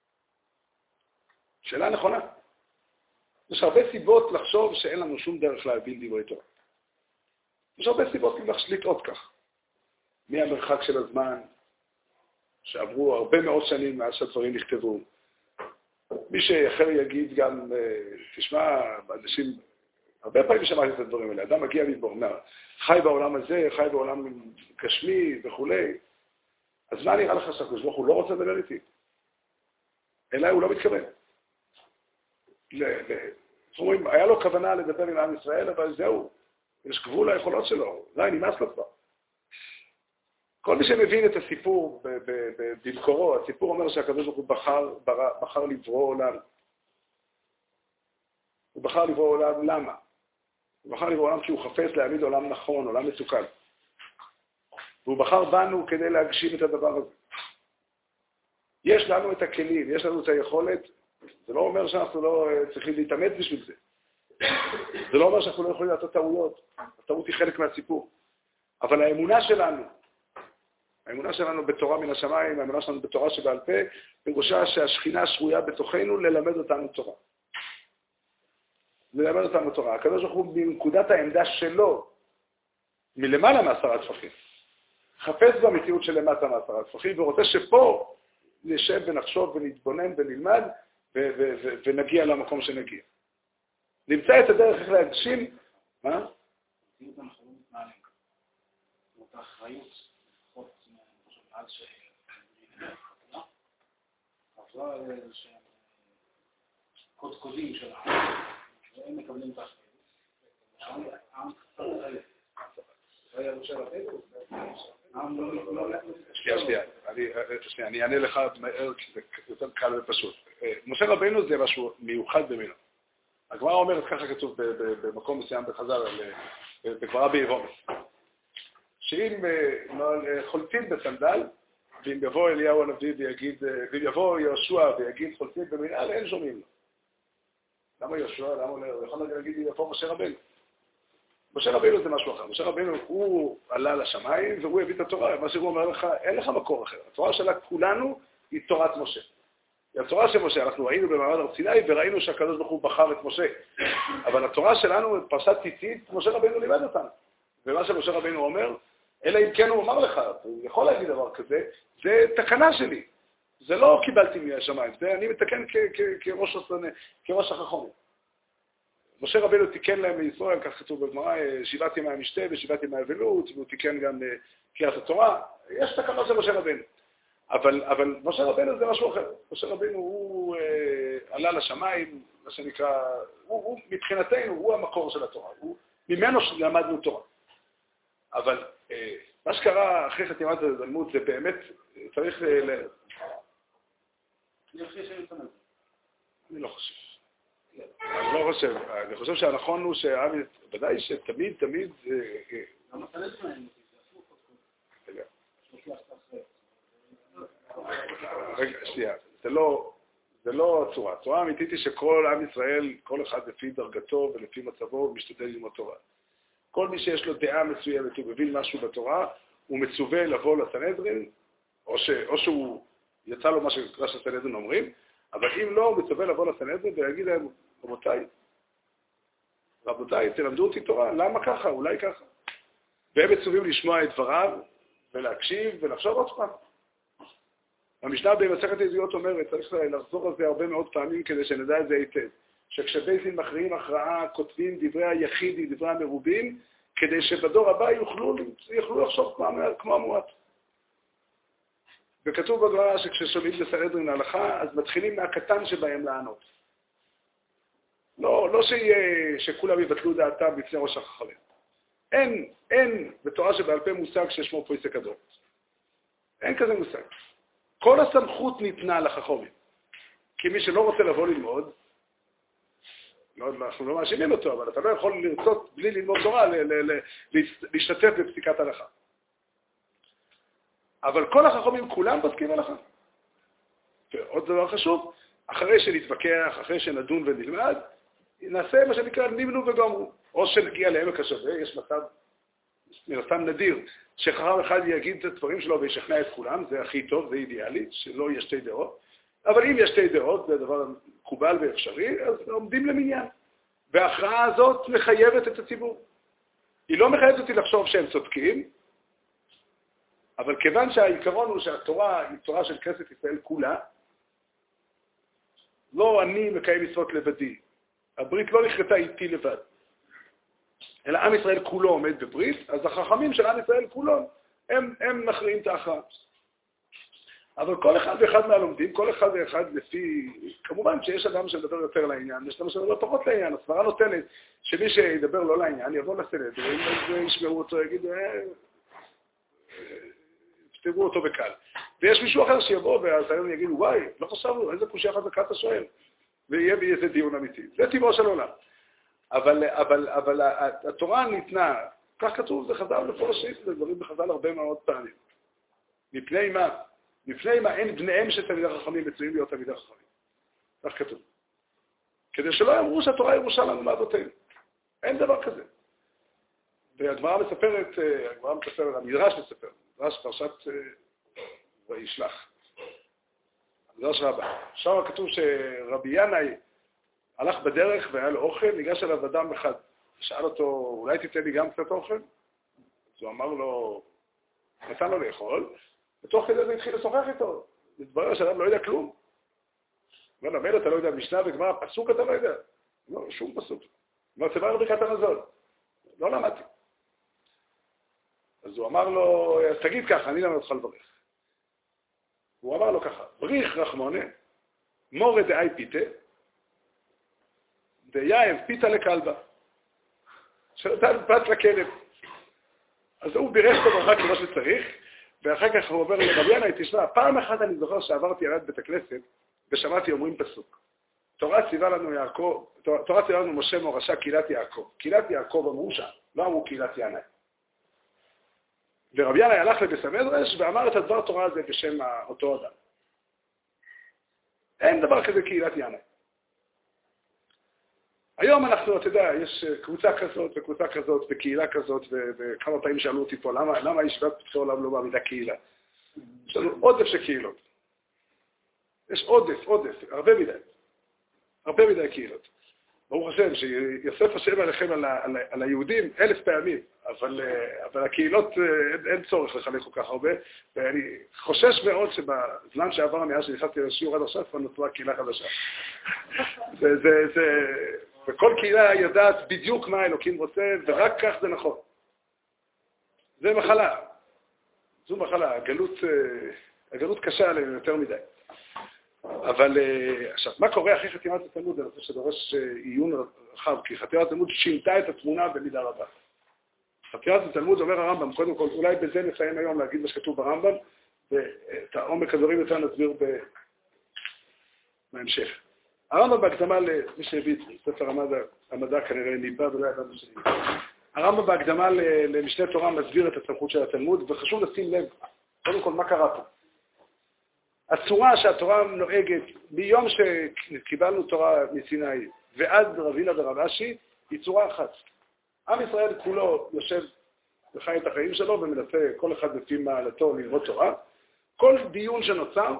שאלה נכונה. יש הרבה סיבות לחשוב שאין לנו שום דרך להבין דברי תורה. יש הרבה סיבות לטעות כך. מהמרחק של הזמן, שעברו הרבה מאוד שנים מאז שהדברים נכתבו. מי שאחר יגיד גם, תשמע, אנשים, הרבה פעמים שמעתי את הדברים האלה, אדם מגיע מבורנר, חי בעולם הזה, חי בעולם גשמי וכו'. אז מה נראה לך שהקדוש ברוך הוא לא רוצה לדבר איתי? אליי הוא לא מתכוון. אומרים, היה לו כוונה לדבר עם עם ישראל, אבל זהו, יש גבול ליכולות שלו, די, נמאס לו כבר. כל מי שמבין את הסיפור במקורו, הסיפור אומר שהקדוש ברוך הוא בחר, בחר לברוא עולם. הוא בחר לברוא עולם, למה? הוא בחר לברוא עולם כי הוא חפץ להעמיד עולם נכון, עולם מתוקן. והוא בחר בנו כדי להגשים את הדבר הזה. יש לנו את הכלים, יש לנו את היכולת, זה לא אומר שאנחנו לא צריכים להתאמץ בשביל זה. זה לא אומר שאנחנו לא יכולים לעשות טעויות. הטעות היא חלק מהסיפור. אבל האמונה שלנו, האמונה שלנו בתורה מן השמיים, האמונה שלנו בתורה שבעל פה, פירושה שהשכינה שרויה בתוכנו ללמד אותנו תורה. ללמד אותנו תורה. הקדוש ברוך הוא בנקודת העמדה שלו, מלמעלה מעשרה טפחים. חפש במציאות של למטה מעשרה טפחים, ורוצה שפה נשב ונחשוב ונתבונן ונלמד, ו- ו- ו- ונגיע למקום שנגיע. נמצא את הדרך איך להגשים, מה? אנחנו לא מתנהלים. זאת האחריות, לפחות מאז שהיא עברה איזשהם קודקודים של העם, והם מקבלים את האחריות. העם חסר אחריות. זה היה ראשי רבנו, העם לא... שנייה, שנייה, אני אענה לך מהר, כי זה יותר קל ופשוט. משה רבנו זה משהו מיוחד במינו. הגמרא אומרת, ככה כתוב במקום מסוים בחז"ל, בגמרא ביבומס, שאם חולצים בסנדל, ואם יבוא אליהו הנביא ויגיד, ואם יבוא יהושע ויגיד חולצים במנהל, אין שומעים לו. למה יהושע? למה הוא יכול להגיד יבוא משה רבנו? משה רבנו זה משהו אחר. משה רבנו הוא עלה לשמיים והוא הביא את התורה. מה שהוא אומר לך, אין לך מקור אחר. התורה שלה כולנו היא תורת משה. התורה של משה, אנחנו ראינו במעמד הר סיני וראינו שהקדוש ברוך הוא בחר את משה. אבל התורה שלנו, פרשת ציצית, משה רבנו לימד אותנו. ומה שמשה רבנו אומר, אלא אם כן הוא אומר לך, הוא יכול להגיד דבר כזה, זה תקנה שלי. זה לא קיבלתי מהשמיים, זה אני מתקן כראש, כראש החכמים. משה רבנו תיקן להם בישראל, כך כתוב בגמרא, שבעת ימי המשתה ושבעת ימי האבלות, והוא תיקן גם קריאת התורה. יש תקנות של משה רבנו. אבל, אבל משה רבנו זה משהו אחר. משה רבנו הוא אה, עלה לשמיים, מה שנקרא, הוא, הוא, מבחינתנו הוא המקור של התורה. הוא, ממנו למדנו תורה. אבל אה, מה שקרה אחרי חתימת התלמוד זה באמת, צריך ל... ל... אני לא חושב. אני לא חושב. אני חושב שהנכון הוא שהעם, ודאי שתמיד, תמיד... למה אתה לזה מהם? זה אסור רגע, שנייה, זה לא, זה לא הצורה. הצורה האמיתית היא שכל עם ישראל, כל אחד לפי דרגתו ולפי מצבו, משתדל ללמוד תורה. כל מי שיש לו דעה מסוימת, הוא מבין משהו בתורה, הוא מצווה לבוא לסנהדרין, או, ש, או שהוא יצא לו מה שהסנהדרין אומרים, אבל אם לא, הוא מצווה לבוא לסנהדרין ויגיד להם, רבותיי, רבותיי, תלמדו אותי תורה, למה ככה? אולי ככה. והם מצווים לשמוע את דבריו ולהקשיב ולחשוב עוד פעם. המשנה במסכת ידיעות אומרת, צריך לחזור על זה הרבה מאוד פעמים כדי שנדע את זה היטב, שכשבית דין מכריעים הכרעה, כותבים דברי היחיד, דברי המרובים, כדי שבדור הבא יוכלו, יוכלו לחשוב כמו, כמו המועט. וכתוב בגמרא שכששומעים בסנהדרין ההלכה, אז מתחילים מהקטן שבהם לענות. לא, לא שיהיה, שכולם יבטלו דעתם בפני ראש החכמים. אין, אין בתורה שבעל פה מושג ששמו פויסק גדול. אין כזה מושג. כל הסמכות ניתנה לחכמים. כי מי שלא רוצה לבוא ללמוד, לא, אנחנו לא מאשימים אותו, אבל אתה לא יכול לרצות בלי ללמוד תורה, ל- ל- ל- להשתתף בפסיקת הלכה. אבל כל החכמים כולם פוסקים הלכה. ועוד דבר חשוב, אחרי שנתווכח, אחרי שנדון ונלמד, נעשה מה שנקרא נמנו וגמרו. או שנגיע לעמק השווה, יש מצב, מצב נדיר, שחכם אחד יגיד את הדברים שלו וישכנע את כולם, זה הכי טוב, זה אידיאלי, שלא יהיה שתי דעות. אבל אם יש שתי דעות, זה דבר מקובל ואפשרי, אז עומדים למניין. וההכרעה הזאת מחייבת את הציבור. היא לא מחייבת אותי לחשוב שהם צודקים, אבל כיוון שהעיקרון הוא שהתורה היא תורה של כנסת ישראל כולה, לא אני מקיים מצוות לבדי. הברית לא נחרטה איתי לבד. אלא עם ישראל כולו עומד בברית, אז החכמים של עם ישראל כולו, הם, הם מכריעים את ההכרעה. אבל כל אחד ואחד מהלומדים, כל אחד ואחד לפי, כמובן שיש אדם שמדבר יותר לעניין, יש אדם שמדבר פחות לעניין, הסברה נותנת שמי שידבר לא לעניין יבוא לסנהדרין, וישמעו אותו, יגידו, תראו אותו בקל. ויש מישהו אחר שיבוא, והסנהדרין יגידו, וואי, לא חשבנו, איזה קושיה חזקה אתה שואל, ויהיה באיזה דיון אמיתי. זה טבעו של עולם. אבל, אבל, אבל התורה ניתנה, כך כתוב, זה חז"ל מפורשים, זה דברים בחז"ל הרבה מאוד פעמים. מפני מה? מפני מה אין בניהם של תלמידי חכמים מצויים להיות תלמידי חכמים. כך כתוב. כדי שלא יאמרו שהתורה ירושה לנו מאבותינו. אין דבר כזה. והגמרא מספרת, הגמרא מספרת, המדרש מספר, מדרש פרשת וישלח. המדרש רבה. שם כתוב שרבי ינאי הלך בדרך והיה לו אוכל, ניגש אליו אדם אחד. שאל אותו, אולי תיתן לי גם קצת אוכל? אז הוא אמר לו, נתן לו לאכול, ותוך כדי זה התחיל לשוחח איתו. מתברר שאדם לא יודע כלום. לא למד, אתה לא יודע משנה וגמרא, פסוק אתה לא יודע. לא, שום פסוק. אמר, צבא ברכת המזון. לא למדתי. אז הוא אמר לו, תגיד ככה, אני למד אותך לברך. הוא אמר לו ככה, בריך רחמונה, מורה דאי פיתה, דייב פיתה לכלבה. שנתן בת לכלב. אז הוא בירך את הברכה כמו שצריך, ואחר כך הוא אומר לרבי ינאי, תשמע, פעם אחת אני זוכר שעברתי על יד בית הכנסת, ושמעתי אומרים פסוק. תורה ציווה לנו יעקב, תורה ציווה לנו משה מורשה קהילת יעקב. קהילת יעקב אמרו שם, לא אמרו קהילת ינאי. ורבי ינאי הלך לבית המדרש ואמר את הדבר תורה הזה בשם אותו אדם. אין דבר כזה קהילת ינאי. היום אנחנו, אתה יודע, יש קבוצה כזאת וקבוצה כזאת וקהילה כזאת, וכמה פעמים שאלו אותי פה, למה, למה ישיבת פתחי עולם לא מעמידה קהילה? יש לנו עודף של קהילות. יש עודף, עודף, הרבה מדי. הרבה מדי קהילות. ברוך השם, שיוסף השם עליכם על, על, על היהודים אלף פעמים, אבל, אבל הקהילות אין, אין צורך לחלק כל כך הרבה, ואני חושש מאוד שבזמן שעבר מאז שנכנסתי לשיעור עד עכשיו, כבר נוצרה קהילה חדשה. זה, זה, זה, וכל קהילה יודעת בדיוק מה האלוקים רוצה, ורק כך זה נכון. זה מחלה. זו מחלה. הגלות, הגלות קשה עליהם יותר מדי. אבל עכשיו, מה קורה אחרי חתימת התלמוד? אני חושב שדורש עיון רחב, כי חתימת התלמוד שינתה את התמונה במידה רבה. חתימת התלמוד אומר הרמב"ם, קודם כל, אולי בזה נסיים היום להגיד מה שכתוב ברמב"ם, ואת העומק הדברים יותר נסביר בהמשך. הרמב"ם בהקדמה למי שהביא את ספר המדע, המדע כנראה ניבא ולא ידע מה שניבא. הרמב"ם בהקדמה למשנה תורה מסביר את הסמכות של התלמוד, וחשוב לשים לב, קודם כל, מה קרה פה. הצורה שהתורה נוהגת מיום שקיבלנו תורה מסיני ועד רבינה ורב אשי היא צורה אחת. עם ישראל כולו יושב וחי את החיים שלו ומנסה כל אחד לפי מעלתו ללמוד תורה. כל דיון שנוצר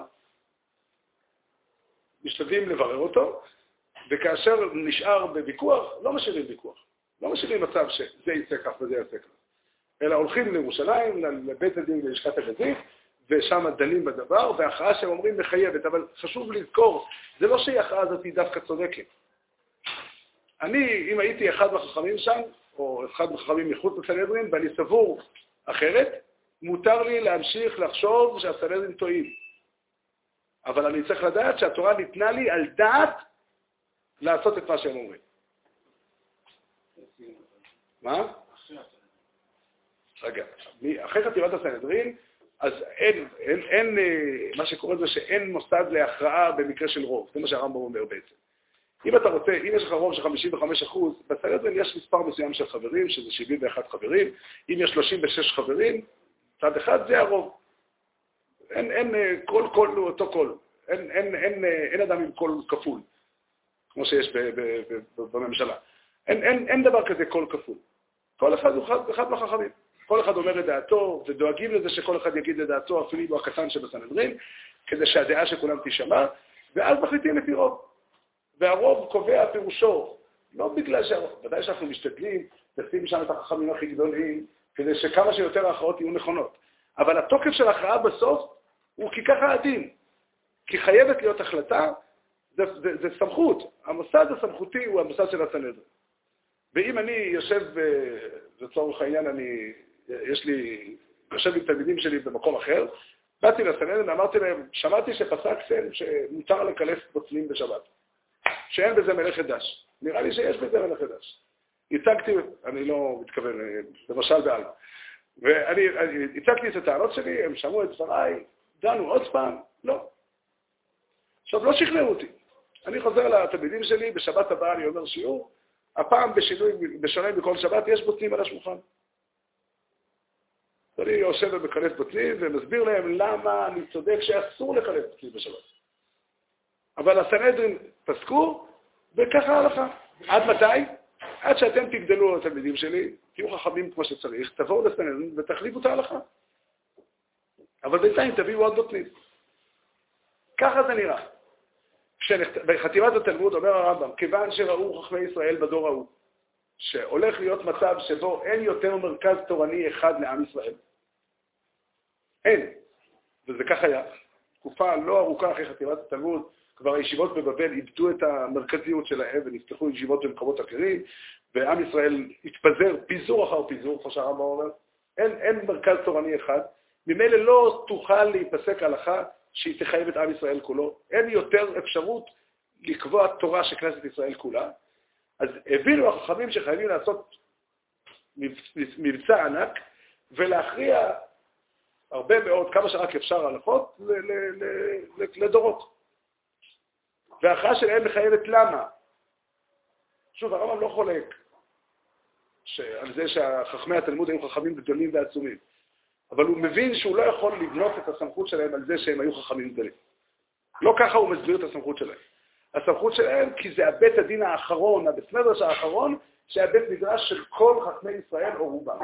משתדלים לברר אותו, וכאשר נשאר בוויכוח לא משאירים ויכוח. לא משאירים מצב שזה יצא כך וזה יצא כך. אלא הולכים לירושלים, לבית הדין ללשכת הגזית, ושם דנים בדבר, וההכרעה שהם אומרים מחייבת, אבל חשוב לזכור, זה לא שההכרעה הזאת היא דווקא צודקת. אני, אם הייתי אחד מהחכמים שם, או אחד מהחכמים מחוץ לסנהדרין, ואני סבור אחרת, מותר לי להמשיך לחשוב שהסנהדרין טועים. אבל אני צריך לדעת שהתורה ניתנה לי על דעת לעשות את מה שהם אומרים. מה? רגע, אחרי חתימת הסנהדרין, אז אין, אין, אין, מה שקורה זה שאין מוסד להכרעה במקרה של רוב. זה מה שהרמב"ם אומר בעצם. אם אתה רוצה, אם יש לך רוב של חמישים וחמישה אחוז, בסנהדרין יש מספר מסוים של חברים, שזה שבעים ואחד חברים. אם יש שלושים ושש חברים, צד אחד זה הרוב. אין, אין, כל קול הוא אותו קול. אין, אין, אין, אין אדם עם קול כפול, כמו שיש ב, ב, ב, ב, בממשלה. אין, אין, אין דבר כזה קול כפול. כל אחד הוא אחד, אחד מהחכמים. כל אחד אומר את דעתו, ודואגים לזה שכל אחד יגיד את דעתו, אפילו הוא הקטן שבסנהדרין, כדי שהדעה שכולם תשמע, ואז מחליטים לפי רוב. והרוב קובע פירושו, לא בגלל שהרוב, ודאי שאנחנו משתדלים, לשים שם את החכמים הכי גדולים, כדי שכמה שיותר ההכרעות יהיו נכונות. אבל התוקף של ההכרעה בסוף, הוא כי ככה הדין. כי חייבת להיות החלטה, זה, זה, זה סמכות. המוסד הסמכותי הוא המוסד של הסנהדרין. ואם אני יושב, לצורך העניין, אני... יש לי, יושב עם תלמידים שלי במקום אחר, באתי לסנהדרין ואמרתי להם, שמעתי שפסקתם שמותר לקלף בוצלים בשבת, שאין בזה מלאכת דש. נראה לי שיש בזה מלאכת דש. הצגתי, אני לא מתכוון, למשל בעלמא. ואני הצגתי את הטענות שלי, הם שמעו את דבריי, דנו עוד פעם, לא. עכשיו, לא שכנעו אותי. אני חוזר לתלמידים שלי, בשבת הבאה אני אומר שיעור, הפעם בשינוי, בשונה בכל שבת, יש בוצלים על השולחן. אני יושב ומקלף בוצלים ומסביר להם למה אני צודק שאסור לקלף בוצלים בשבת. אבל הסנהדרין פסקו, וככה הלכה. עד מתי? עד שאתם תגדלו התלמידים שלי, תהיו חכמים כמו שצריך, תבואו לסנהדרין ותחליפו את ההלכה. אבל בינתיים תביאו עוד בוצלים. ככה זה נראה. בחטיבת התלמוד אומר הרמב"ם, כיוון שראו חכמי ישראל בדור ההוא, שהולך להיות מצב שבו אין יותר מרכז תורני אחד לעם ישראל. אין. וזה כך היה. תקופה לא ארוכה אחרי חטיבת התלמוד, כבר הישיבות בבבל איבדו את המרכזיות שלהם ונפתחו ישיבות במקומות אחרים, ועם ישראל התפזר פיזור אחר פיזור, כמו שהרמב"ם אומר. אין, אין מרכז תורני אחד. ממילא לא תוכל להיפסק הלכה שהיא תחייב את עם ישראל כולו. אין יותר אפשרות לקבוע תורה של כנסת ישראל כולה. אז הבינו החכמים שחייבים לעשות מבצע ענק ולהכריע הרבה מאוד, כמה שרק אפשר הלכות, לדורות. וההכרעה שלהם מחייבת למה? שוב, הרמב"ם לא חולק על זה שהחכמי התלמוד היו חכמים גדולים ועצומים. אבל הוא מבין שהוא לא יכול לבנות את הסמכות שלהם על זה שהם היו חכמים גדולים. לא ככה הוא מסביר את הסמכות שלהם. הסמכות שלהם כי זה הבית הדין האחרון, הבית מדרש האחרון, שהבית מדרש של כל חכמי ישראל או רובם.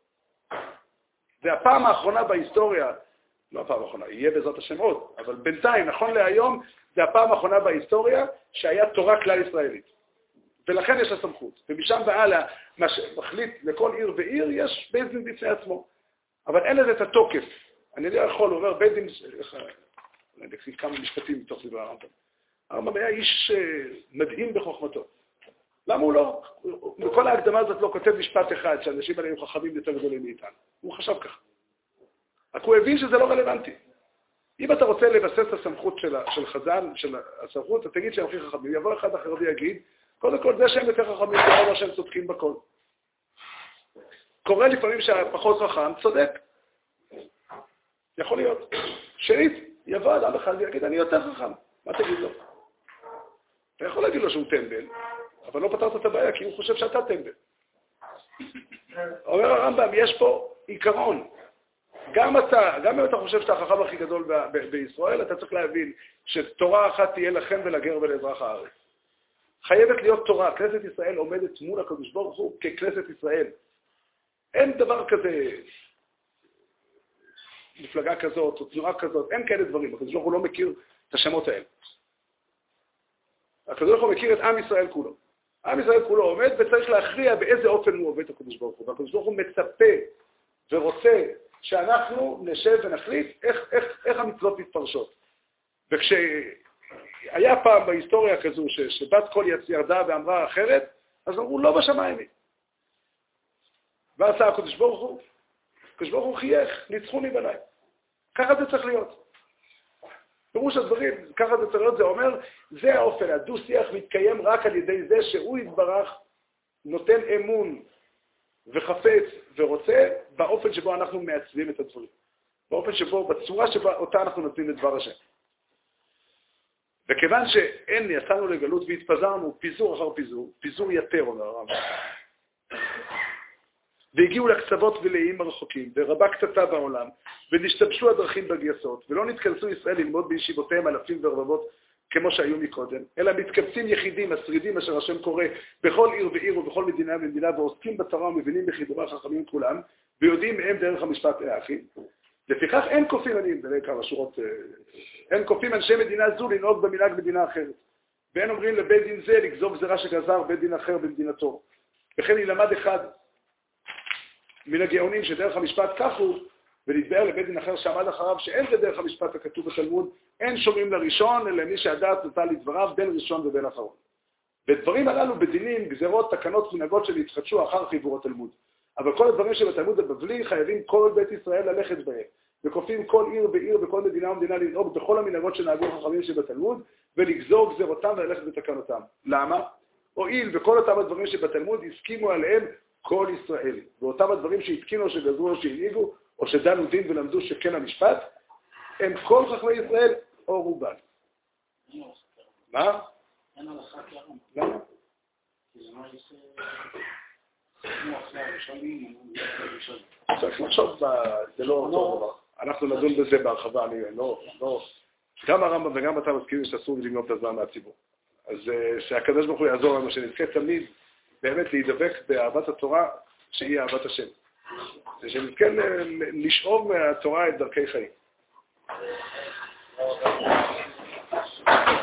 זה הפעם האחרונה בהיסטוריה, לא הפעם האחרונה, יהיה בעזרת השם עוד, אבל בינתיים, נכון להיום, זה הפעם האחרונה בהיסטוריה שהיה תורה כלל ישראלית. ולכן יש הסמכות. ומשם והלאה, מה שמחליט לכל עיר ועיר, יש בית דין בפני עצמו. אבל אין לזה את התוקף. אני לא יכול, הוא אומר, בית דין, אני אקסיב כמה משפטים מתוך דברי הרמב"ם. הרמב"ם היה איש מדהים בחוכמתו. למה הוא לא? בכל ההקדמה הזאת לא כותב משפט אחד, שאנשים האלה היו חכמים יותר גדולים מאיתנו. הוא חשב ככה. רק הוא הבין שזה לא רלוונטי. אם אתה רוצה לבסס את הסמכות של, של חז"ל, של הסמכות, אתה תגיד שהם הכי חכמים. יבוא אחד אחר ויגיד, קודם כל זה שהם יותר חכמים, זה אומר שהם צודקים בכל. קורה לפעמים שהפחות חכם צודק. יכול להיות. שנית, יבוא אדם אחד ויגיד, אני יותר חכם. מה תגיד לו? אתה יכול להגיד לו שהוא טמבל, אבל לא פתרת את הבעיה, כי הוא חושב שאתה טמבל. אומר הרמב"ם, יש פה עיקרון. גם אתה, גם אם אתה חושב שאתה החכם הכי גדול ב- ב- בישראל, אתה צריך להבין שתורה אחת תהיה לכם ולגר ולאזרח הארץ. חייבת להיות תורה. כנסת ישראל עומדת מול הקדוש ברוך הוא ככנסת ישראל. אין דבר כזה, מפלגה כזאת או תנועה כזאת, אין כאלה דברים. הקדוש ברוך הוא לא מכיר את השמות האלה. הקדוש ברוך הוא מכיר את עם ישראל כולו. עם ישראל כולו עומד וצריך להכריע באיזה אופן הוא עובד את הקדוש ברוך הוא. והקדוש ברוך הוא מצפה ורוצה שאנחנו נשב ונחליט איך, איך, איך המצוות מתפרשות. וכשהיה פעם בהיסטוריה כזו ש, שבת קול ירדה ואמרה אחרת, אז אמרו לא בשמיים. ועשה הקדוש ברוך הוא, הקדוש ברוך הוא חייך, ניצחוני בניי. ככה זה צריך להיות. פירוש הדברים, ככה זה צריך להיות, זה אומר, זה האופן, הדו-שיח מתקיים רק על ידי זה שהוא יתברך, נותן אמון וחפץ ורוצה, באופן שבו אנחנו מעצבים את הדברים. באופן שבו, בצורה שבה אותה אנחנו נותנים את דבר השם. וכיוון שאין, יצאנו לגלות והתפזרנו, פיזור אחר פיזור, פיזור יתר, אומר הרב. והגיעו לקצוות ולאיים הרחוקים, ורבה קטטה בעולם, ונשתבשו הדרכים בגייסות, ולא נתכנסו ישראל ללמוד בישיבותיהם אלפים ורבבות כמו שהיו מקודם, אלא מתקבצים יחידים, השרידים אשר השם קורא בכל עיר ועיר ובכל מדינה ומדינה, ועוסקים בתורה ומבינים בחידורי החכמים כולם, ויודעים מהם דרך המשפט האחי. לפיכך אין כופים, אני מדבר כמה שורות, אין כופים אנשי מדינה זו לנהוג במנהג מדינה אחרת, ואין אומרים לבית דין זה לגזור גזירה שגזר בית דין אחר במדינתו. וכן ילמד אחד מן הגאונים שדרך המשפט כך הוא, ולהתבאר לבית דין אחר שעמד אחריו שאין זה דרך המשפט הכתוב בתלמוד, אין שומעים לראשון, אלא מי שהדעת נוטה לדבריו בין ראשון ובין אחרון. בדברים הללו בדינים, גזרות, תקנות, מנהגות שנתחדשו אחר חיבור התלמוד. אבל כל הדברים שבתלמוד הבבלי חייבים כל בית ישראל ללכת בהם, וכופים כל עיר ועיר וכל מדינה ומדינה לנהוג בכל המנהגות שנהגו חכמים שבתלמוד, ולגזור גזירותם וללכת בתקנותם. למה? הואיל וכל אותם הדברים שבתלמוד הסכימו עליהם כל ישראל, ואותם הדברים שהתקינו או שגזרו או שהנהיגו, או שדנו דין ולמדו שכן המשפט, הם כל חכמי ישראל או רובן. מה? אין הלכה כרם. למה? כי זה מה יש... כמו אחרי הראשונים, הראשונים. צריך לחשוב, זה לא אותו דבר. אנחנו נדון בזה בהרחבה, אני לא... גם הרמב"ם וגם אתה מסכימים שאסור לגנוב את הזמן מהציבור. אז שהקדוש ברוך הוא יעזור לנו, שנזכה תמיד באמת להידבק באהבת התורה, שהיא אהבת השם. ושנזכה לשאוב מהתורה את דרכי חיים.